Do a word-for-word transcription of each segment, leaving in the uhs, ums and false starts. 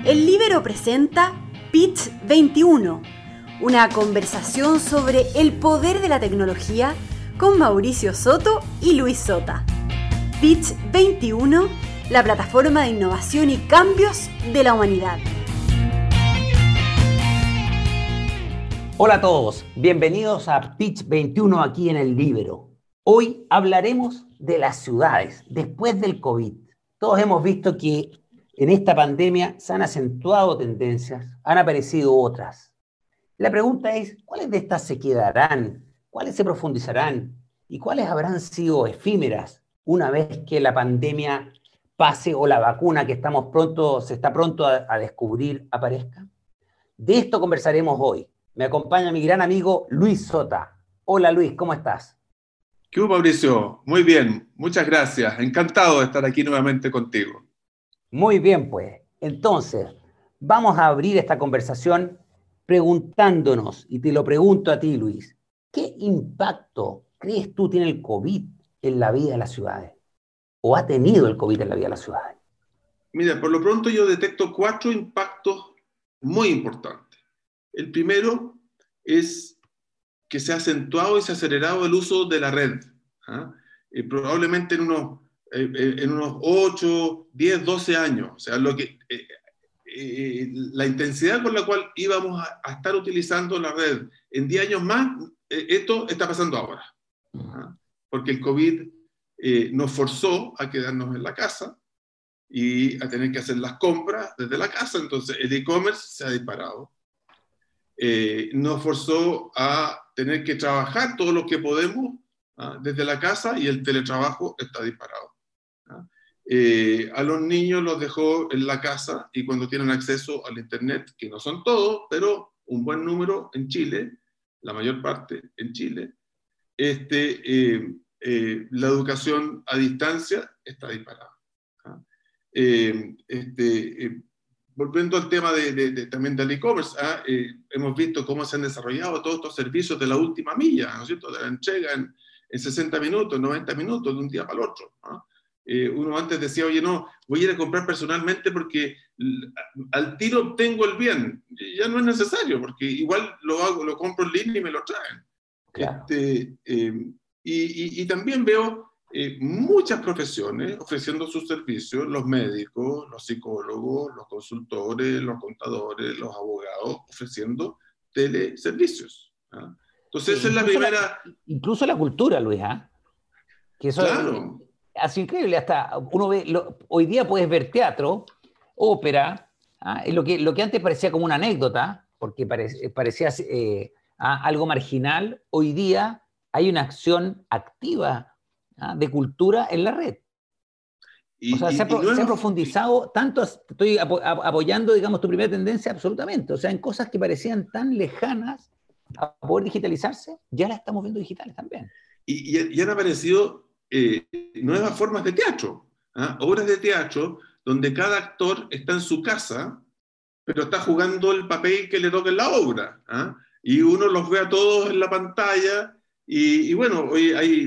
El Líbero presenta Pitch veintiuno, una conversación sobre el poder de la tecnología con Mauricio Soto y Luis Sota. Pitch veintiuno, la plataforma de innovación y cambios de la humanidad. Hola a todos, bienvenidos a Pitch veintiuno aquí en El Líbero. Hoy hablaremos de las ciudades después del COVID. Todos hemos visto que en esta pandemia se han acentuado tendencias, han aparecido otras. La pregunta es, ¿cuáles de estas se quedarán? ¿Cuáles se profundizarán? ¿Y cuáles habrán sido efímeras una vez que la pandemia pase o la vacuna que estamos pronto, se está pronto a, a descubrir aparezca? De esto conversaremos hoy. Me acompaña mi gran amigo Luis Sota. Hola Luis, ¿cómo estás? ¿Qué hubo, Mauricio? Muy bien, muchas gracias. Encantado de estar aquí nuevamente contigo. Muy bien, pues. Entonces, vamos a abrir esta conversación preguntándonos, y te lo pregunto a ti, Luis, ¿qué impacto crees tú tiene el COVID en la vida de las ciudades? ¿O ha tenido el COVID en la vida de las ciudades? Mira, por lo pronto yo detecto cuatro impactos muy importantes. El primero es que se ha acentuado y se ha acelerado el uso de la red. ¿Ah? Eh, probablemente en unos, eh, en unos ocho, diez, doce años. O sea, lo que, eh, eh, la intensidad con la cual íbamos a, a estar utilizando la red en diez años más, eh, esto está pasando ahora. ¿Ah? Porque el COVID eh, nos forzó a quedarnos en la casa y a tener que hacer las compras desde la casa. Entonces el e-commerce se ha disparado. Eh, nos forzó a tener que trabajar todo lo que podemos ¿ah? desde la casa, y el teletrabajo está disparado. ¿ah? Eh, a los niños los dejó en la casa, y cuando tienen acceso al internet, que no son todos, pero un buen número en Chile, la mayor parte en Chile, este, eh, eh, la educación a distancia está disparada. ¿ah? Eh, este, eh, Volviendo al tema de, de, de, también del e-commerce, ¿ah? eh, hemos visto cómo se han desarrollado todos estos servicios de la última milla, ¿no es cierto?, de la entrega en, en sesenta minutos, noventa minutos, de un día para el otro. ¿ah? Eh, uno antes decía, oye, no, voy a ir a comprar personalmente porque al tiro obtengo el bien. Ya no es necesario, porque igual lo hago, lo compro en línea y me lo traen. Claro. Este, eh, y, y, y también veo Eh, muchas profesiones ofreciendo sus servicios, los médicos, los psicólogos, los consultores, los contadores, los abogados, ofreciendo teleservicios. ¿ah? Entonces, sí, esa es la primera... La, incluso la cultura, Luis, ¿ah? Que eso claro. es, es increíble. Hasta uno ve, lo, hoy día puedes ver teatro, ópera, ¿ah? lo, que, lo que antes parecía como una anécdota, porque pare, parecía eh, ¿ah? algo marginal, hoy día hay una acción activa de cultura en la red. Y, o sea, y, se, ha, no se ha es... profundizado tanto, estoy apo apoyando, digamos, tu primera tendencia absolutamente. O sea, en cosas que parecían tan lejanas a poder digitalizarse, ya las estamos viendo digitales también. Y, y, y han aparecido eh, nuevas formas de teatro, ¿ah? obras de teatro donde cada actor está en su casa, pero está jugando el papel que le toca en la obra. ¿ah? Y uno los ve a todos en la pantalla. Y, y bueno, hoy hay,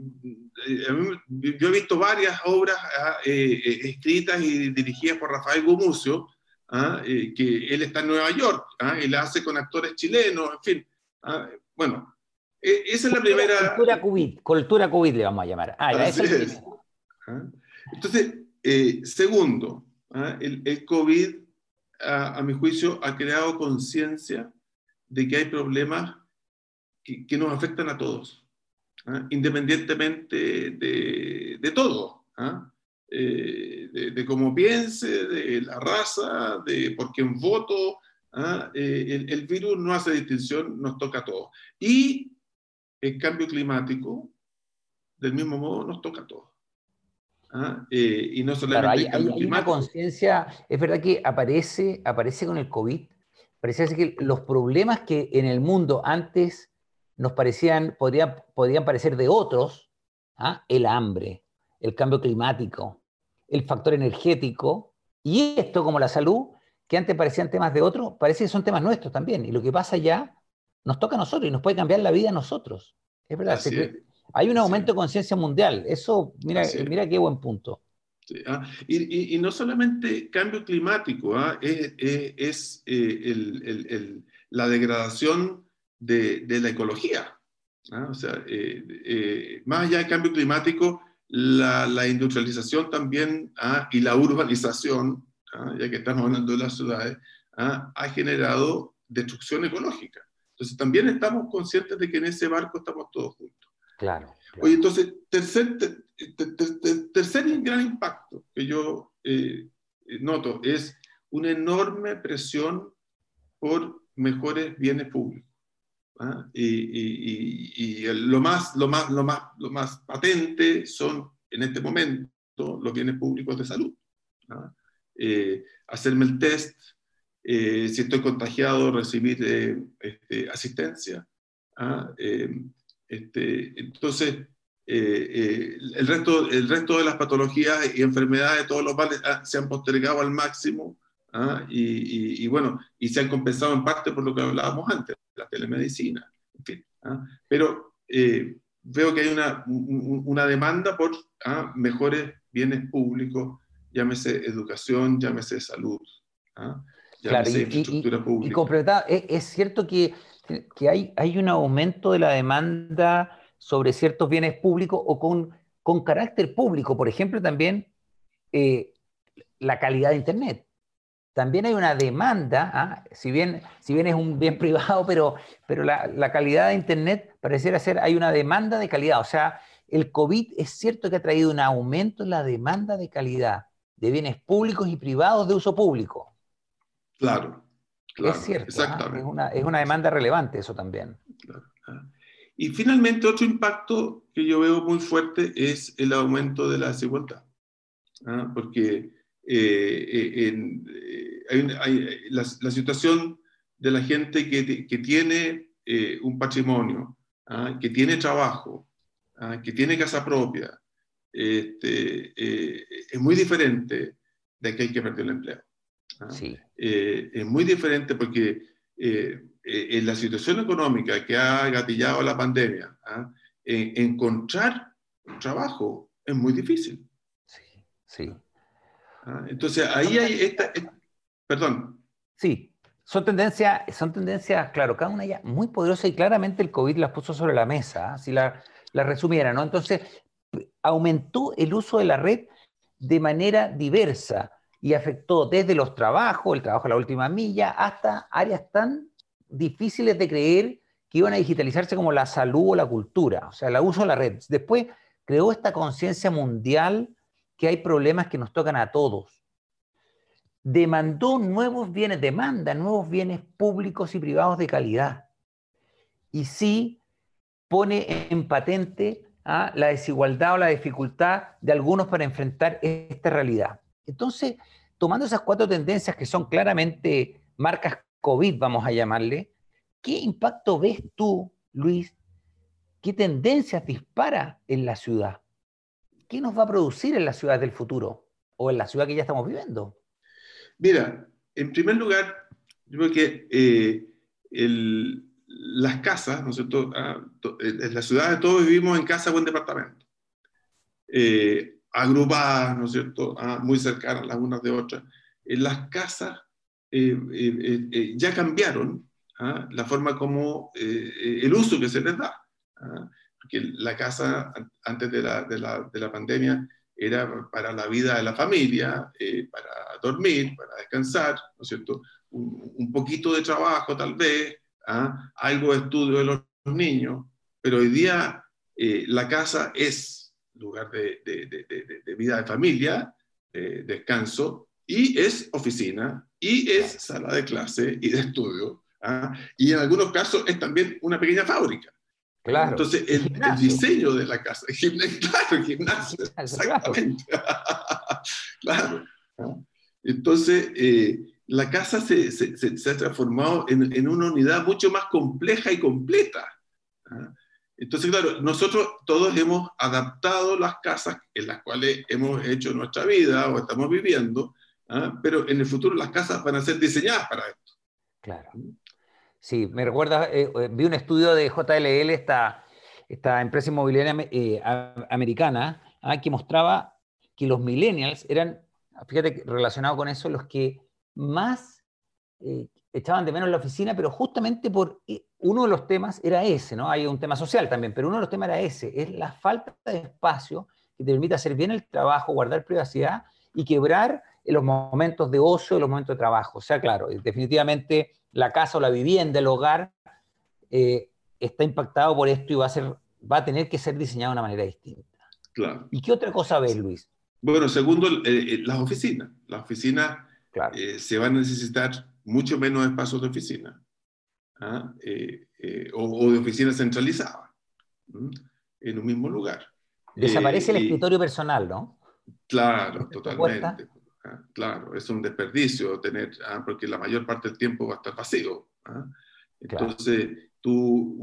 yo he visto varias obras eh, eh, escritas y dirigidas por Rafael Gumucio, ¿ah? eh, que él está en Nueva York, ¿ah? y la hace con actores chilenos, en fin. ¿ah? Bueno, eh, esa es la primera... Cultura COVID, cultura COVID le vamos a llamar. Ah, ya, Así es. es. ¿ah? Entonces, eh, segundo, ¿ah? el, el COVID, a, a mi juicio, ha creado conciencia de que hay problemas Que, que nos afectan a todos, ¿ah? independientemente de, de todo, ¿ah? eh, de, de cómo piense, de la raza, de por quién voto. ¿ah? Eh, el, el virus no hace distinción, nos toca a todos. Y el cambio climático, del mismo modo, nos toca a todos. ¿ah? Eh, y no solamente claro, hay, el cambio hay, hay climático. una conciencia, es verdad que aparece, aparece con el COVID, parece que los problemas que en el mundo antes nos parecían, podrían, podrían parecer de otros, ¿ah? el hambre, el cambio climático, el factor energético, y esto como la salud, que antes parecían temas de otros, parece que son temas nuestros también, y lo que pasa ya nos toca a nosotros y nos puede cambiar la vida a nosotros. Es verdad, se, hay un aumento de conciencia mundial, eso, mira, mira qué buen punto. Sí, ¿ah? y, y, y no solamente cambio climático, ¿ah? es, es, es eh, el, el, el, la degradación de, de la ecología. ¿Ah? O sea, eh, eh, más allá del cambio climático, la, la industrialización también, ¿ah? y la urbanización, ¿ah? ya que estamos hablando de las ciudades, ¿ah? ha generado destrucción ecológica. Entonces también estamos conscientes de que en ese barco estamos todos juntos. Claro, claro. Oye, entonces, tercer, ter, ter, ter, ter, tercer gran impacto que yo eh, noto es una enorme presión por mejores bienes públicos. ¿Ah? Y, y, y, y lo, más, lo, más, lo, más, lo más patente son, en este momento, los bienes públicos de salud. ¿Ah? Eh, hacerme el test, eh, si estoy contagiado, recibir eh, este, asistencia. ¿Ah? Eh, este, entonces, eh, eh, el, resto, el resto de las patologías y enfermedades, todos los males ah, se han postergado al máximo. ¿Ah? Y, y, y bueno, y se han compensado en parte por lo que hablábamos antes, la telemedicina, en fin. ¿Ah? Pero eh, veo que hay una, una demanda por ¿ah? mejores bienes públicos, llámese educación, llámese salud, ¿ah? llámese Claro, y, infraestructura y, pública. Y complementar, es, es cierto que, que hay, hay un aumento de la demanda sobre ciertos bienes públicos o con, con carácter público. Por ejemplo, también eh, la calidad de Internet. También hay una demanda, ¿ah? si, bien, si bien es un bien privado, pero, pero la, la calidad de Internet pareciera ser, hay una demanda de calidad. O sea, el COVID es cierto que ha traído un aumento en la demanda de calidad de bienes públicos y privados de uso público. Claro, claro, Es cierto, exactamente. ¿eh? es, una, es una demanda relevante eso también. Claro. Y finalmente otro impacto que yo veo muy fuerte es el aumento de la desigualdad. ¿Ah? Porque eh, en, eh, hay, hay, la, la situación de la gente que, que tiene eh, un patrimonio, ¿ah? que tiene trabajo, ¿ah? que tiene casa propia, este, eh, es muy diferente de aquel que perdió el empleo. ¿Ah? Sí. Eh, es muy diferente porque eh, eh, en la situación económica que ha gatillado la pandemia, ¿ah? eh, encontrar un trabajo es muy difícil. Sí, sí. ¿Ah? Entonces ahí hay esta, esta perdón. Sí, son tendencias, son tendencias, claro, cada una ya muy poderosa y claramente el COVID las puso sobre la mesa, ¿eh? Si la, la resumiera, ¿no? Entonces, aumentó el uso de la red de manera diversa y afectó desde los trabajos, el trabajo a la última milla, hasta áreas tan difíciles de creer que iban a digitalizarse como la salud o la cultura, o sea, el uso de la red. Después creó esta conciencia mundial que hay problemas que nos tocan a todos. Demandó nuevos bienes, demanda nuevos bienes públicos y privados de calidad. Y sí pone en patente ¿ah? la desigualdad o la dificultad de algunos para enfrentar esta realidad. Entonces, tomando esas cuatro tendencias que son claramente marcas COVID, vamos a llamarle, ¿qué impacto ves tú, Luis? ¿Qué tendencias dispara en la ciudad? ¿Qué nos va a producir en la ciudad del futuro? ¿O en la ciudad que ya estamos viviendo? Mira, en primer lugar, yo creo que eh, el, las casas, ¿no es cierto? Ah, en las ciudades todos vivimos en casa o en departamento. Eh, agrupadas, ¿no es cierto? Ah, muy cercanas las unas de otras. En las casas eh, eh, eh, ya cambiaron ¿ah? la forma como eh, el uso que se les da. ¿Ah? Porque la casa antes de la, de la, de la pandemia era para la vida de la familia, eh, para dormir, para descansar, ¿no es cierto? Un, un poquito de trabajo tal vez, ¿ah? algo de estudio de los niños, pero hoy día eh, la casa es lugar de, de, de, de, de vida de familia, de descanso, y es oficina, y es sala de clase y de estudio, ¿ah? y en algunos casos es también una pequeña fábrica. Claro. Entonces, el, el diseño de la casa, claro, el gimnasio, exactamente. Claro. ¿No? Entonces, eh, la casa se, se, se, se ha transformado en, en una unidad mucho más compleja y completa. ¿No? Entonces, claro, nosotros todos hemos adaptado las casas en las cuales hemos hecho nuestra vida o estamos viviendo, ¿ah? pero en el futuro las casas van a ser diseñadas para esto. Claro. Sí, me recuerda, eh, vi un estudio de J L L, esta, esta empresa inmobiliaria eh, americana, ¿ah? que mostraba que los millennials eran, fíjate, relacionado con eso, los que más eh, echaban de menos la oficina, pero justamente por uno de los temas era ese, ¿no? Hay un tema social también, pero uno de los temas era ese, es la falta de espacio que te permite hacer bien el trabajo, guardar privacidad y quebrar los momentos de ocio y los momentos de trabajo. O sea, claro, definitivamente la casa o la vivienda, el hogar, eh, está impactado por esto y va a, ser, va a tener que ser diseñado de una manera distinta. Claro. ¿Y qué otra cosa ves, Luis? Bueno, segundo, eh, eh, las oficinas. Las oficinas Claro. eh, se van a necesitar mucho menos espacios de oficina, ¿ah? eh, eh, o, o de oficina centralizada, ¿m? En un mismo lugar. Desaparece eh, el y, escritorio personal, ¿no? Claro, totalmente. ¿Ah? Claro, es un desperdicio tener, ¿ah? Porque la mayor parte del tiempo va a estar vacío. ¿Ah? Entonces, claro. Tú,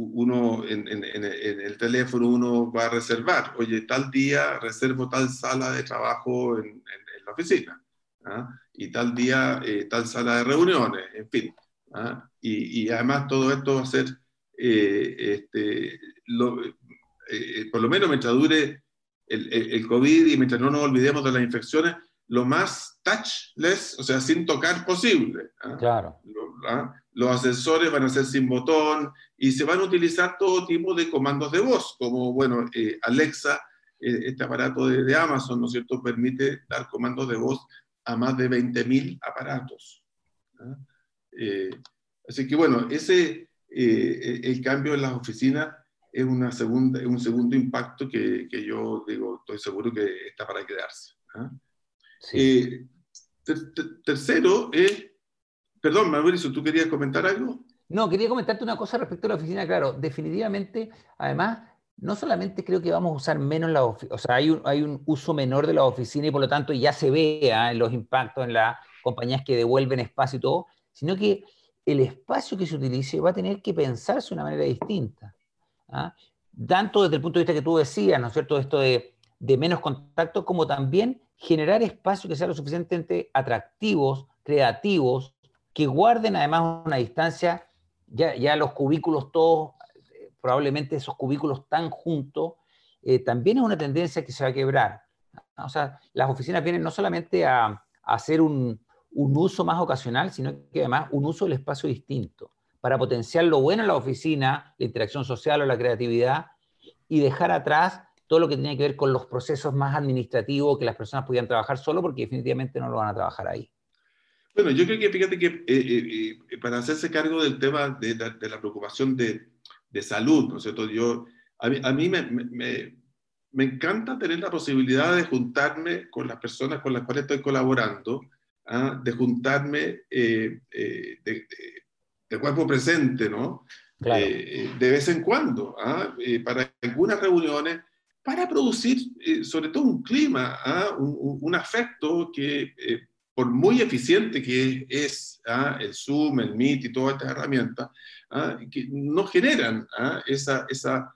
uno en, en, en el teléfono, uno va a reservar, oye, tal día reservo tal sala de trabajo en, en, en la oficina, ¿ah? Y tal día eh, tal sala de reuniones, en fin. ¿Ah? Y, y además todo esto va a ser, eh, este, lo, eh, por lo menos mientras dure el, el, el COVID y mientras no nos olvidemos de las infecciones, lo más touchless, o sea, sin tocar posible. ¿Ah? Claro. ¿Ah? Los ascensores van a ser sin botón y se van a utilizar todo tipo de comandos de voz, como, bueno, eh, Alexa, eh, este aparato de, de Amazon, ¿no es cierto?, permite dar comandos de voz a más de veinte mil aparatos. ¿Ah? Eh, así que, bueno, ese, eh, el cambio en las oficinas es una segunda, un segundo impacto que, que yo digo, estoy seguro que está para quedarse. ¿Ah? Sí. Eh, ter, ter, tercero es... Perdón, Mauricio, ¿tú querías comentar algo? No, quería comentarte una cosa respecto a la oficina. Claro, definitivamente, además, no solamente creo que vamos a usar menos la oficina, o sea, hay un, hay un uso menor de la oficina y por lo tanto ya se ve ¿eh? en los impactos en las compañías que devuelven espacio y todo, sino que el espacio que se utilice va a tener que pensarse de una manera distinta. ¿Ah? Tanto desde el punto de vista que tú decías, ¿no es cierto?, esto de, de menos contacto, como también generar espacios que sean lo suficientemente atractivos, creativos, que guarden además una distancia, ya, ya los cubículos todos, eh, probablemente esos cubículos tan juntos, eh, también es una tendencia que se va a quebrar. O sea, las oficinas vienen no solamente a, a hacer un, un uso más ocasional, sino que además un uso del espacio distinto, para potenciar lo bueno en la oficina, la interacción social o la creatividad, y dejar atrás todo lo que tiene que ver con los procesos más administrativos que las personas podían trabajar solo, porque definitivamente no lo van a trabajar ahí. Bueno, yo creo que, fíjate que eh, eh, eh, para hacerse cargo del tema de la, de la preocupación de, de salud, ¿no es cierto? Yo, a mí, a mí me, me, me encanta tener la posibilidad de juntarme con las personas con las cuales estoy colaborando, ¿ah? De juntarme eh, eh, de, de, de cuerpo presente, ¿no? Claro. Eh, de vez en cuando, ¿ah? Eh, para algunas reuniones, para producir eh, sobre todo un clima, ¿ah? un, un afecto que... Eh, por muy eficiente que es ¿ah? el Zoom, el Meet y todas estas herramientas, ¿ah? que no generan ¿ah? esa, esa,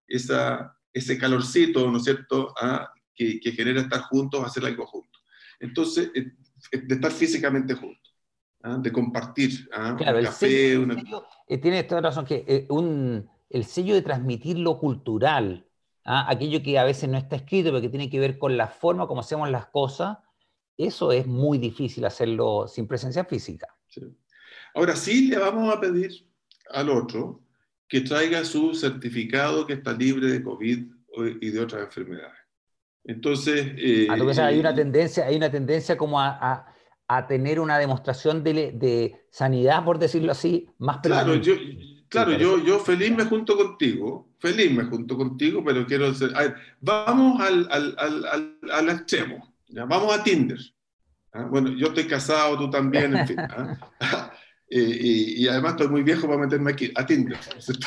esa, ese calorcito, ¿no es cierto?, ¿ah? que, que genera estar juntos, hacer algo juntos. Entonces, eh, de estar físicamente juntos, ¿ah? De compartir ¿ah? Claro, un el café. sello, una... el sello, eh, tiene toda razón, que eh, un, el sello de transmitir lo cultural, ¿ah? Aquello que a veces no está escrito, pero que tiene que ver con la forma como hacemos las cosas, eso es muy difícil hacerlo sin presencia física. Sí. Ahora sí le vamos a pedir al otro que traiga su certificado que está libre de COVID y de otras enfermedades. Entonces... Eh, ah, ¿tú piensas, hay, una tendencia, hay una tendencia como a, a, a tener una demostración de, de sanidad, por decirlo así, más permanente? Claro, yo, claro sí, yo, yo feliz me junto contigo, feliz me junto contigo, pero quiero... Ser, a ver, vamos al, al, al, al, al extremo. ¿Ya? Vamos a Tinder. ¿Ah? Bueno, yo estoy casado, tú también, en fin. ¿Ah? y, y, y además estoy muy viejo para meterme aquí, a Tinder.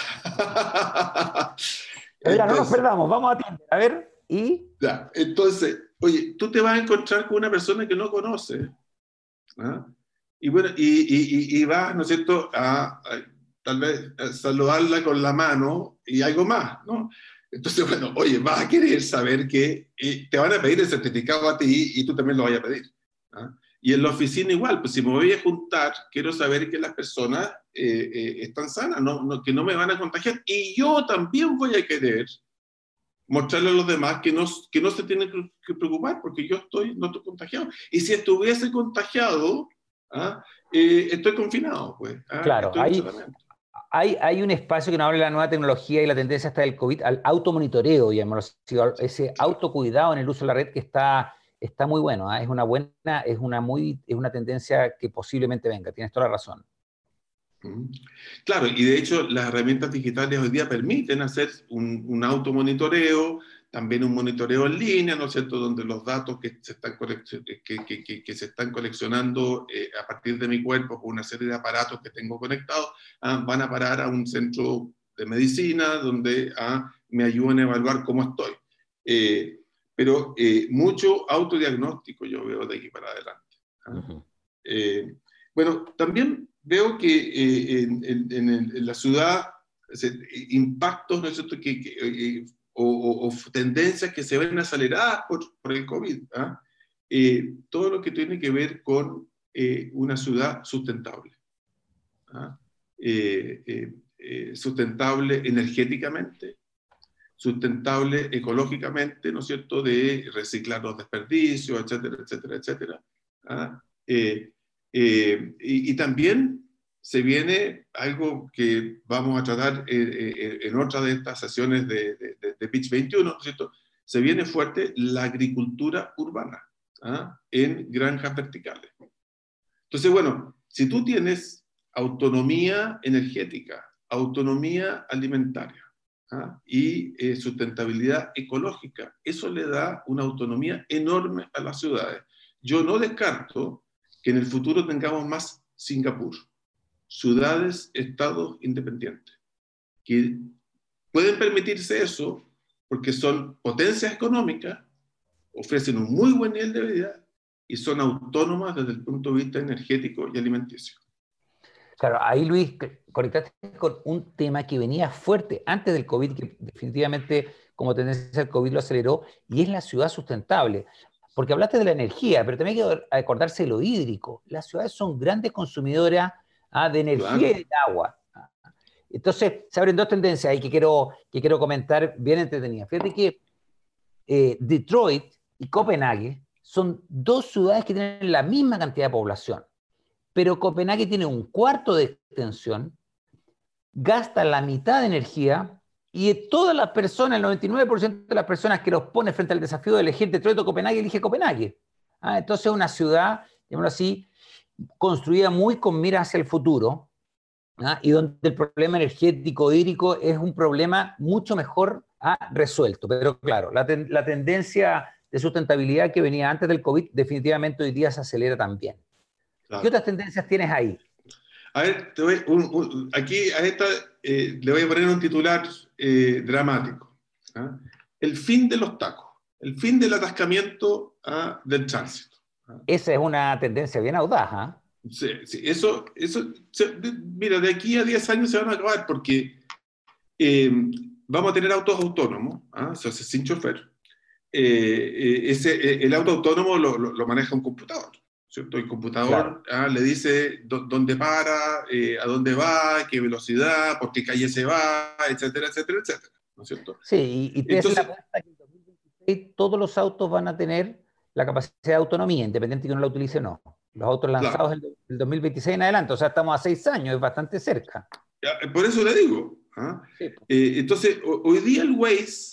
A ver, no nos perdamos, vamos a Tinder. A ver, y... Ya, entonces, oye, tú te vas a encontrar con una persona que no conoces. ¿Ah? Y bueno, y, y, y vas, ¿no es cierto?, a, a tal vez a saludarla con la mano y algo más, ¿no? Entonces, bueno, oye, vas a querer saber que eh, te van a pedir el certificado a ti y tú también lo vayas a pedir. ¿Ah? Y en la oficina igual, pues si me voy a juntar, quiero saber que las personas eh, eh, están sanas, no, no, que no me van a contagiar. Y yo también voy a querer mostrarle a los demás que no, que no se tienen que preocupar porque yo estoy, no estoy contagiado. Y si estuviese contagiado, ¿ah? eh, estoy confinado, pues. ¿ah? Claro, estoy hay, hay, hay un espacio que nos habla de la nueva tecnología y la tendencia hasta del COVID al automonitoreo, digamos, ese autocuidado en el uso de la red que está, está muy bueno. ¿eh? Es una buena, es una, muy, es una tendencia que posiblemente venga, tienes toda la razón. Claro, y de hecho las herramientas digitales hoy día permiten hacer un, un automonitoreo, también un monitoreo en línea, ¿no es cierto?, donde los datos que se están, que, que, que, que se están coleccionando eh, a partir de mi cuerpo con una serie de aparatos que tengo conectados, ah, van a parar a un centro de medicina donde ah, me ayuden a evaluar cómo estoy. Eh, pero eh, mucho autodiagnóstico yo veo de aquí para adelante. ¿ah? Uh-huh. eh, bueno, también veo que eh, en, en, en la ciudad impactos, ¿no es cierto?, que, que, eh, o, o, o tendencias que se ven aceleradas por, por el COVID. ¿ah? Eh, todo lo que tiene que ver con eh, una ciudad sustentable. ¿ah? Eh, eh, eh, sustentable energéticamente, sustentable ecológicamente, ¿no es cierto?, de reciclar los desperdicios, etcétera, etcétera, etcétera. ¿ah? Eh, Eh, y, y también se viene algo que vamos a tratar eh, eh, en otra de estas sesiones de, de, de Pitch veintiuno, ¿no es cierto? Se viene fuerte la agricultura urbana ¿ah? en granjas verticales. Entonces, bueno, si tú tienes autonomía energética, autonomía alimentaria ¿ah? y eh, sustentabilidad ecológica, eso le da una autonomía enorme a las ciudades. Yo no descarto que en el futuro tengamos más Singapur, ciudades, estados independientes, que pueden permitirse eso porque son potencias económicas, ofrecen un muy buen nivel de vida y son autónomas desde el punto de vista energético y alimenticio. Claro, ahí Luis, conectaste con un tema que venía fuerte antes del COVID, que definitivamente como tendencia el COVID lo aceleró, y es la ciudad sustentable. Porque hablaste de la energía, pero también hay que acordarse de lo hídrico. Las ciudades son grandes consumidoras ah, de energía claro. y de agua. Entonces, se abren dos tendencias ahí que quiero, que quiero comentar bien entretenidas. Fíjate que eh, Detroit y Copenhague son dos ciudades que tienen la misma cantidad de población, pero Copenhague tiene un cuarto de extensión, gasta la mitad de energía, y todas las personas, el noventa y nueve por ciento de las personas que los pone frente al desafío de elegir Detroit o Copenhague, elige Copenhague. Ah, entonces es una ciudad, digámoslo así, construida muy con mira hacia el futuro, ¿ah? y donde el problema energético hídrico es un problema mucho mejor ah, resuelto. Pero claro, la, ten la tendencia de sustentabilidad que venía antes del COVID definitivamente hoy día se acelera también. Claro. ¿Qué otras tendencias tienes ahí? A ver, te voy, un, un, aquí a esta eh, le voy a poner un titular eh, dramático. ¿ah? El fin de los tacos, el fin del atascamiento ¿ah? del tránsito. ¿ah? Esa es una tendencia bien audaz. ¿ah? Sí, sí, eso, eso se, de, mira, de aquí a diez años se van a acabar porque eh, vamos a tener autos autónomos, ¿ah? o sea, sin chofer. Eh, eh, ese, el auto autónomo lo, lo, lo maneja un computador. ¿cierto? El computador claro. ah, le dice dónde para, eh, a dónde va, qué velocidad, por qué calle se va, etcétera, etcétera, etcétera. ¿No es cierto? Sí, y, y Tesla apuesta que en dos mil veintiséis todos los autos van a tener la capacidad de autonomía, independiente de que uno la utilice o no. Los autos lanzados claro. el dos mil veintiséis en adelante, o sea, estamos a seis años, es bastante cerca. Por eso le digo. ¿ah? Sí. Eh, entonces, hoy día el Waze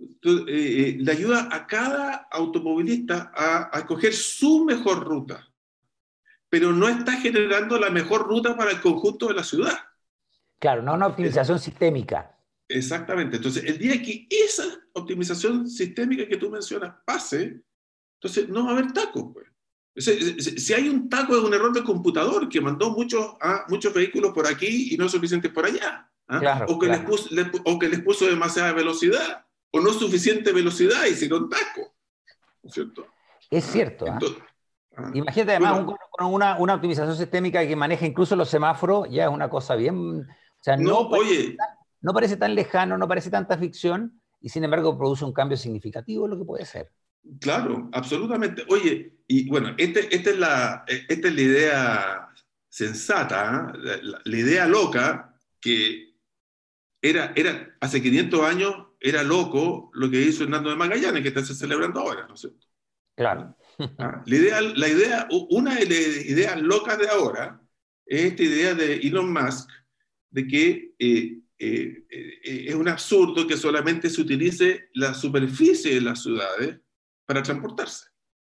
Eh, le ayuda a cada automovilista a, a escoger su mejor ruta, pero no está generando la mejor ruta para el conjunto de la ciudad. Claro, no una optimización es, sistémica. Exactamente. Entonces, el día que esa optimización sistémica que tú mencionas pase, entonces no va a haber taco. Pues. Si, si hay un taco, es un error del computador que mandó muchos, ah, muchos vehículos por aquí y no suficientes por allá. ¿ah? Claro, o, que claro. Les puso, les, o que les puso demasiada velocidad. O no suficiente velocidad y se con taco. ¿No es cierto? Es cierto. ¿eh? Entonces, ah, Imagínate además bueno, un, con una, una optimización sistémica que maneja incluso los semáforos, ya es una cosa bien... O sea, no, no, parece, oye, tan, no parece tan lejano, no parece tanta ficción, y sin embargo produce un cambio significativo en lo que puede ser. Claro, absolutamente. Oye, y bueno, este, este es la, esta es la idea sensata, ¿eh? la, la, la idea loca que era, era, hace quinientos años era loco lo que hizo Hernando de Magallanes, que está se celebrando ahora, ¿no es cierto? Claro. ¿Ah? La idea, la idea, una de las ideas locas de ahora es esta idea de Elon Musk de que eh, eh, eh, es un absurdo que solamente se utilice la superficie de las ciudades para transportarse.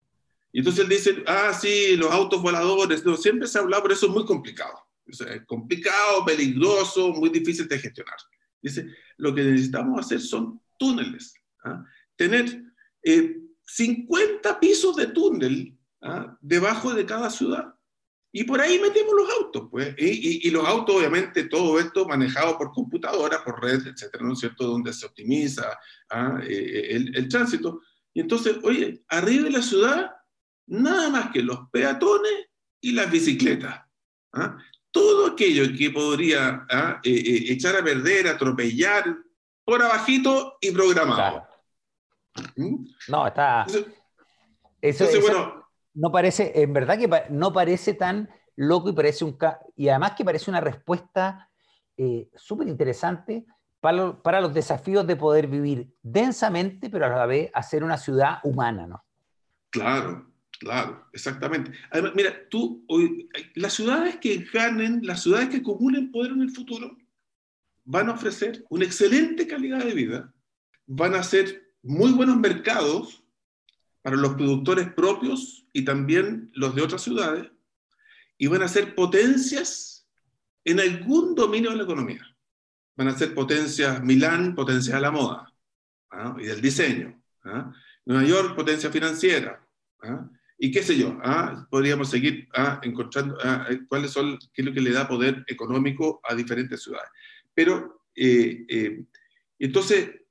Y entonces él dice, ah, sí, los autos voladores, no, siempre se ha hablado, pero eso es muy complicado. O sea, es complicado, peligroso, muy difícil de gestionar. Dice, lo que necesitamos hacer son túneles. ¿Ah? Tener eh, cincuenta pisos de túnel, ¿ah?, debajo de cada ciudad. Y por ahí metemos los autos, pues. Y, y, y los autos, obviamente, todo esto manejado por computadoras, por redes, etcétera, ¿no es cierto?, donde se optimiza ¿ah? eh, el, el tránsito. Y entonces, oye, arriba de la ciudad, nada más que los peatones y las bicicletas. ¿Ah? Todo aquello que podría ¿ah? eh, eh, echar a perder, atropellar, por abajito y programado. Claro. ¿Mm? No, está... Entonces, Eso, entonces esa, bueno... no parece, en verdad que pa, no parece tan loco y parece un... Y además que parece una respuesta eh, súper interesante para, para los desafíos de poder vivir densamente, pero a la vez hacer una ciudad humana, ¿no? Claro. Claro, exactamente. Además, mira, tú, hoy, las ciudades que ganen, las ciudades que acumulen poder en el futuro, van a ofrecer una excelente calidad de vida, van a ser muy buenos mercados para los productores propios y también los de otras ciudades, y van a ser potencias en algún dominio de la economía. Van a ser potencias Milán, potencia de la moda, ¿ah?, y del diseño. ¿Ah? Nueva York, potencia financiera. ¿Ah? Y qué sé yo, ¿ah? Podríamos seguir ¿ah? encontrando ¿ah? cuáles son, qué es lo que le da poder económico a diferentes ciudades. Pero, eh, eh, entonces,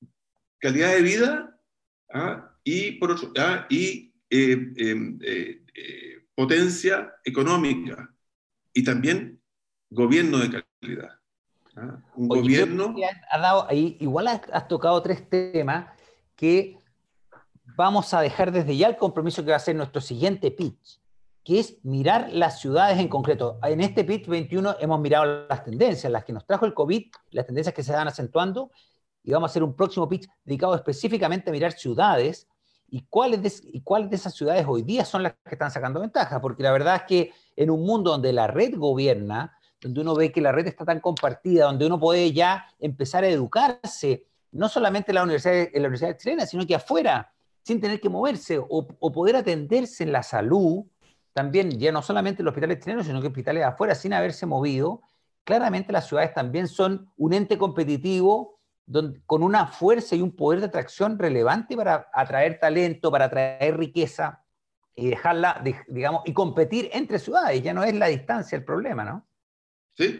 calidad de vida ¿ah? y, por otro, ¿ah? y eh, eh, eh, eh, potencia económica y también gobierno de calidad. ¿Ah? Un Oye, gobierno... creo que has dado ahí, igual has, has tocado tres temas que vamos a dejar desde ya el compromiso que va a ser nuestro siguiente pitch, que es mirar las ciudades en concreto. En este pitch veintiuno hemos mirado las tendencias, las que nos trajo el COVID, las tendencias que se van acentuando, y vamos a hacer un próximo pitch dedicado específicamente a mirar ciudades y cuáles de, y cuáles de esas ciudades hoy día son las que están sacando ventaja, porque la verdad es que en un mundo donde la red gobierna, donde uno ve que la red está tan compartida, donde uno puede ya empezar a educarse, no solamente en la universidad, en la universidad chilena, sino que afuera, sin tener que moverse, o, o poder atenderse en la salud, también ya no solamente en los hospitales chilenos, sino que hospitales afuera, sin haberse movido. Claramente las ciudades también son un ente competitivo donde, con una fuerza y un poder de atracción relevante para atraer talento, para atraer riqueza, y dejarla, de, digamos, y competir entre ciudades. Ya no es la distancia el problema, ¿no? Sí.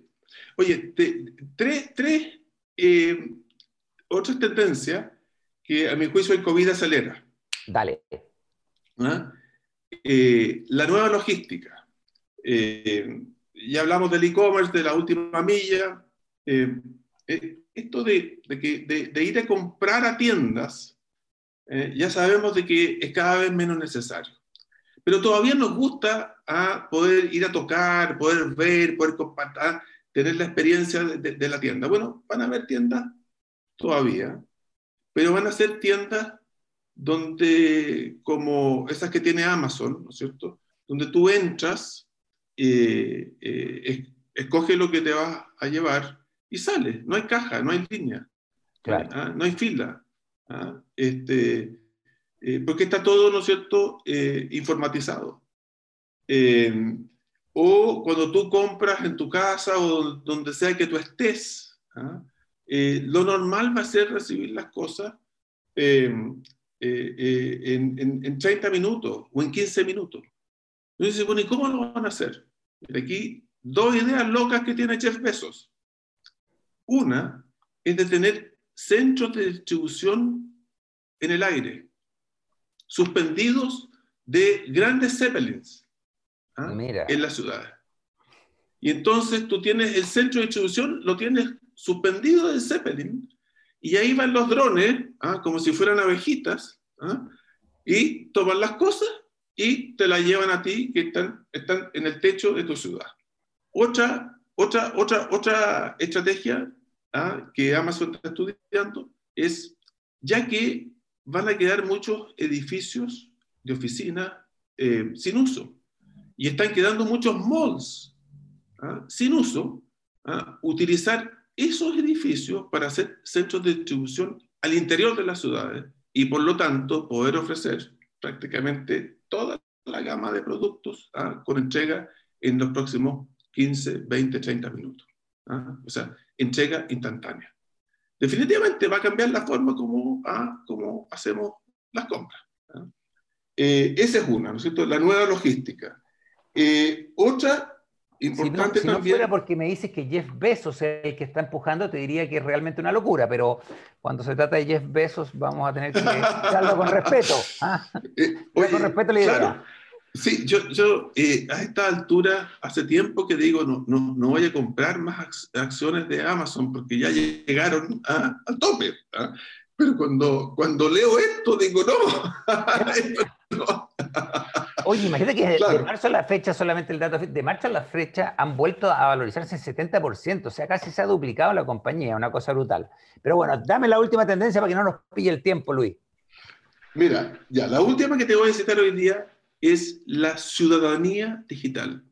Oye, te, tres, tres eh, otras tendencias que a mi juicio el COVID acelera. Dale. ¿Ah? Eh, la nueva logística. Eh, ya hablamos del e-commerce, de la última milla. Eh, eh, esto de, de, que, de, de ir a comprar a tiendas, eh, ya sabemos de que es cada vez menos necesario. Pero todavía nos gusta a poder ir a tocar, poder ver, poder compartir, tener la experiencia de, de, de la tienda. Bueno, van a haber tiendas todavía, pero van a ser tiendas donde, como esas que tiene Amazon, ¿no es cierto?, donde tú entras, eh, eh, escoges lo que te vas a llevar y sales. No hay caja, no hay línea, Claro. ¿ah? No hay fila. ¿Ah? Este, eh, porque está todo, ¿no es cierto?, eh, informatizado. Eh, o cuando tú compras en tu casa o donde sea que tú estés, ¿ah? eh, lo normal va a ser recibir las cosas eh, eh, eh, en, en, en treinta minutos o en quince minutos. Entonces, bueno, ¿y cómo lo van a hacer? Aquí dos ideas locas que tiene Jeff Bezos. Una es de tener centros de distribución en el aire, suspendidos de grandes zeppelins, ¿ah? Mira. En las ciudades. Y entonces tú tienes el centro de distribución, lo tienes suspendido del zeppelin, y ahí van los drones, ¿ah? Como si fueran abejitas, ¿ah? Y toman las cosas y te las llevan a ti, que están, están en el techo de tu ciudad. Otra, otra, otra, otra estrategia ¿ah? que Amazon está estudiando es, ya que van a quedar muchos edificios de oficina eh, sin uso, y están quedando muchos malls ¿ah? sin uso, ¿ah? utilizar esos edificios para hacer centros de distribución al interior de las ciudades, y por lo tanto poder ofrecer prácticamente toda la gama de productos ¿ah? con entrega en los próximos quince, veinte, treinta minutos. ¿ah? O sea, entrega instantánea. Definitivamente va a cambiar la forma como, ¿ah? como hacemos las compras. ¿ah? Eh, esa es una, ¿no es cierto? La nueva logística. Eh, otra importante si no, si también... no fuera porque me dices que Jeff Bezos es el que está empujando, te diría que es realmente una locura, pero cuando se trata de Jeff Bezos vamos a tener que darlo con respeto. ¿ah? Eh, oye, con respeto a la idea. Claro. Sí, yo, yo eh, a esta altura, hace tiempo que digo, no, no, no voy a comprar más acciones de Amazon porque ya llegaron a, al tope. ¿ah? Pero cuando, cuando leo esto, digo, no. esto no. Oye, imagínate que Claro. de marzo a la fecha, solamente el dato, de marzo a la fecha han vuelto a valorizarse en setenta por ciento, o sea, casi se ha duplicado la compañía, una cosa brutal. Pero bueno, dame la última tendencia para que no nos pille el tiempo, Luis. Mira, ya, la última que te voy a citar hoy día es la ciudadanía digital.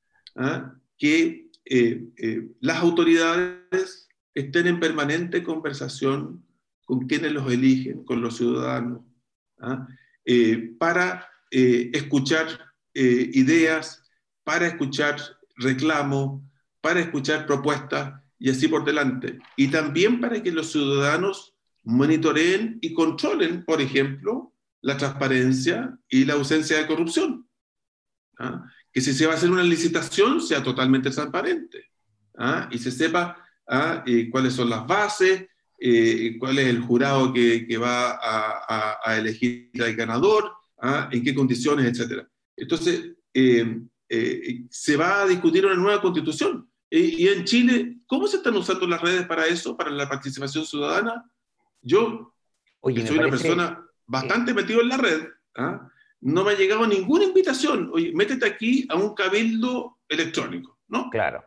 ¿ah? Que eh, eh, las autoridades estén en permanente conversación con quienes los eligen, con los ciudadanos, ¿ah? eh, para eh, escuchar eh, ideas, para escuchar reclamos, para escuchar propuestas y así por delante. Y también para que los ciudadanos monitoreen y controlen, por ejemplo, la transparencia y la ausencia de corrupción. ¿ah? Que si se va a hacer una licitación sea totalmente transparente. ¿ah? Y se sepa ¿ah? eh, cuáles son las bases, eh, cuál es el jurado que, que va a, a, a elegir al ganador, ¿ah? en qué condiciones, etcétera. Entonces, eh, eh, se va a discutir una nueva constitución. Y, y en Chile, ¿cómo se están usando las redes para eso, para la participación ciudadana? Yo, Oye, que soy una persona bastante metido en la red, ¿ah? no me ha llegado ninguna invitación. Oye, métete aquí a un cabildo electrónico, ¿no? Claro.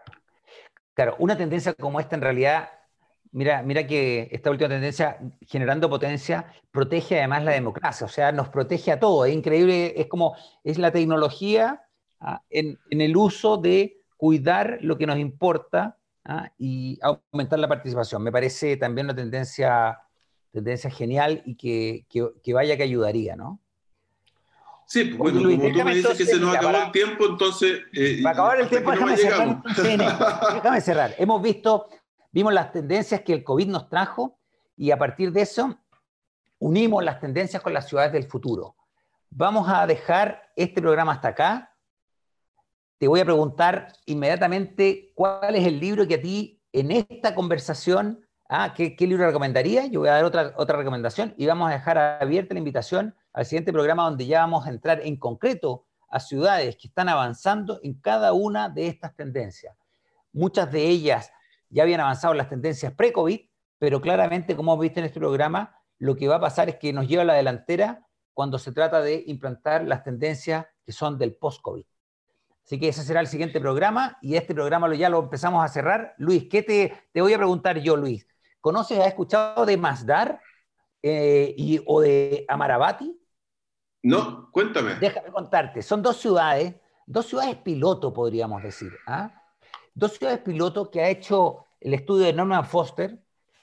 Claro, una tendencia como esta en realidad, mira, mira que esta última tendencia, generando potencia, protege además la democracia, o sea, nos protege a todos. Es increíble, es como, es la tecnología ¿ah? en, en el uso de cuidar lo que nos importa ¿ah? y aumentar la participación. Me parece también una tendencia... tendencia genial y que, que, que vaya que ayudaría, ¿no? Sí, pues, bueno, Luis, como tú me dices entonces, que se nos mira, acabó para, el tiempo, entonces... Eh, para acabar el tiempo, déjame, no cerrar, déjame cerrar. Hemos visto, vimos las tendencias que el COVID nos trajo y a partir de eso unimos las tendencias con las ciudades del futuro. Vamos a dejar este programa hasta acá. Te voy a preguntar inmediatamente cuál es el libro que a ti en esta conversación... Ah, ¿qué, ¿qué libro recomendaría? Yo voy a dar otra, otra recomendación y vamos a dejar abierta la invitación al siguiente programa donde ya vamos a entrar en concreto a ciudades que están avanzando en cada una de estas tendencias. Muchas de ellas ya habían avanzado en las tendencias pre-COVID, pero claramente, como hemos visto en este programa, lo que va a pasar es que nos lleva a la delantera cuando se trata de implantar las tendencias que son del post-COVID. Así que ese será el siguiente programa y este programa lo, ya lo empezamos a cerrar. Luis, ¿qué te, te voy a preguntar yo, Luis? ¿Conoces, has escuchado de Masdar eh, y, o de Amaravati? No, cuéntame. Déjame contarte. Son dos ciudades, dos ciudades piloto, podríamos decir. ¿ah? Dos ciudades piloto que ha hecho el estudio de Norman Foster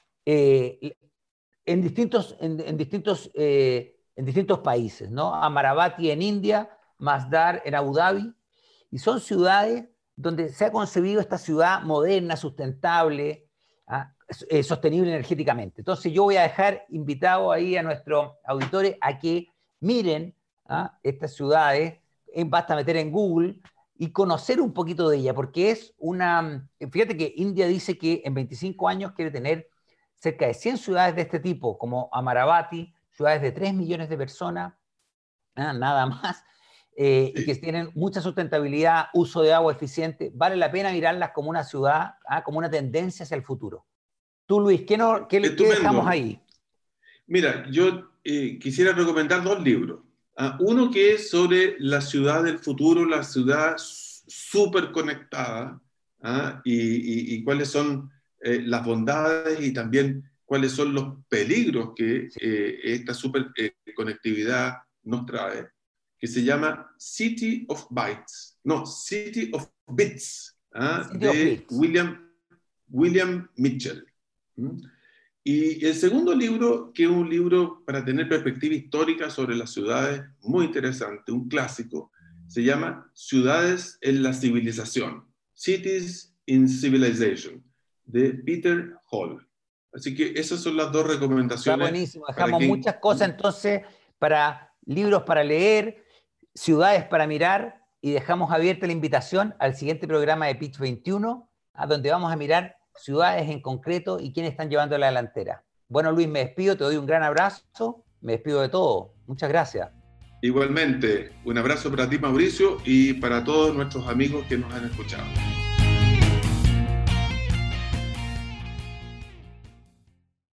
eh, en, distintos, en, en, distintos, eh, en distintos países, ¿no? Amaravati en India, Masdar en Abu Dhabi. Y son ciudades donde se ha concebido esta ciudad moderna, sustentable, ¿ah? Eh, sostenible energéticamente. Entonces yo voy a dejar invitado ahí a nuestros auditores a que miren ¿ah? estas ciudades, eh, basta meter en Google y conocer un poquito de ella, porque es una... Fíjate que India dice que en veinticinco años quiere tener cerca de cien ciudades de este tipo, como Amaravati, ciudades de tres millones de personas, ¿ah? nada más, eh, y que tienen mucha sustentabilidad, uso de agua eficiente. Vale la pena mirarlas como una ciudad, ¿ah? como una tendencia hacia el futuro. Tú, Luis, ¿qué, no, qué, ¿qué dejamos ahí? Mira, yo eh, quisiera recomendar dos libros. Uh, uno que es sobre la ciudad del futuro, la ciudad súper conectada, ¿ah? y, y, y cuáles son eh, las bondades y también cuáles son los peligros que eh, esta super eh, conectividad nos trae, que se llama City of Bytes, no, City of Bits, ¿ah? City de of Bits. William, William Mitchell. ¿Mm? Y el segundo libro, que es un libro para tener perspectiva histórica sobre las ciudades, muy interesante, un clásico, se llama Ciudades en la Civilización, Cities in Civilization, de Peter Hall. Así que esas son las dos recomendaciones. Está buenísimo, dejamos quien... muchas cosas entonces para libros para leer, ciudades para mirar, y dejamos abierta la invitación al siguiente programa de Pitch veintiuno, a donde vamos a mirar ciudades en concreto y quiénes están llevando la delantera. Bueno, Luis, me despido, te doy un gran abrazo, me despido de todo. Muchas gracias. Igualmente, un abrazo para ti, Mauricio, y para todos nuestros amigos que nos han escuchado.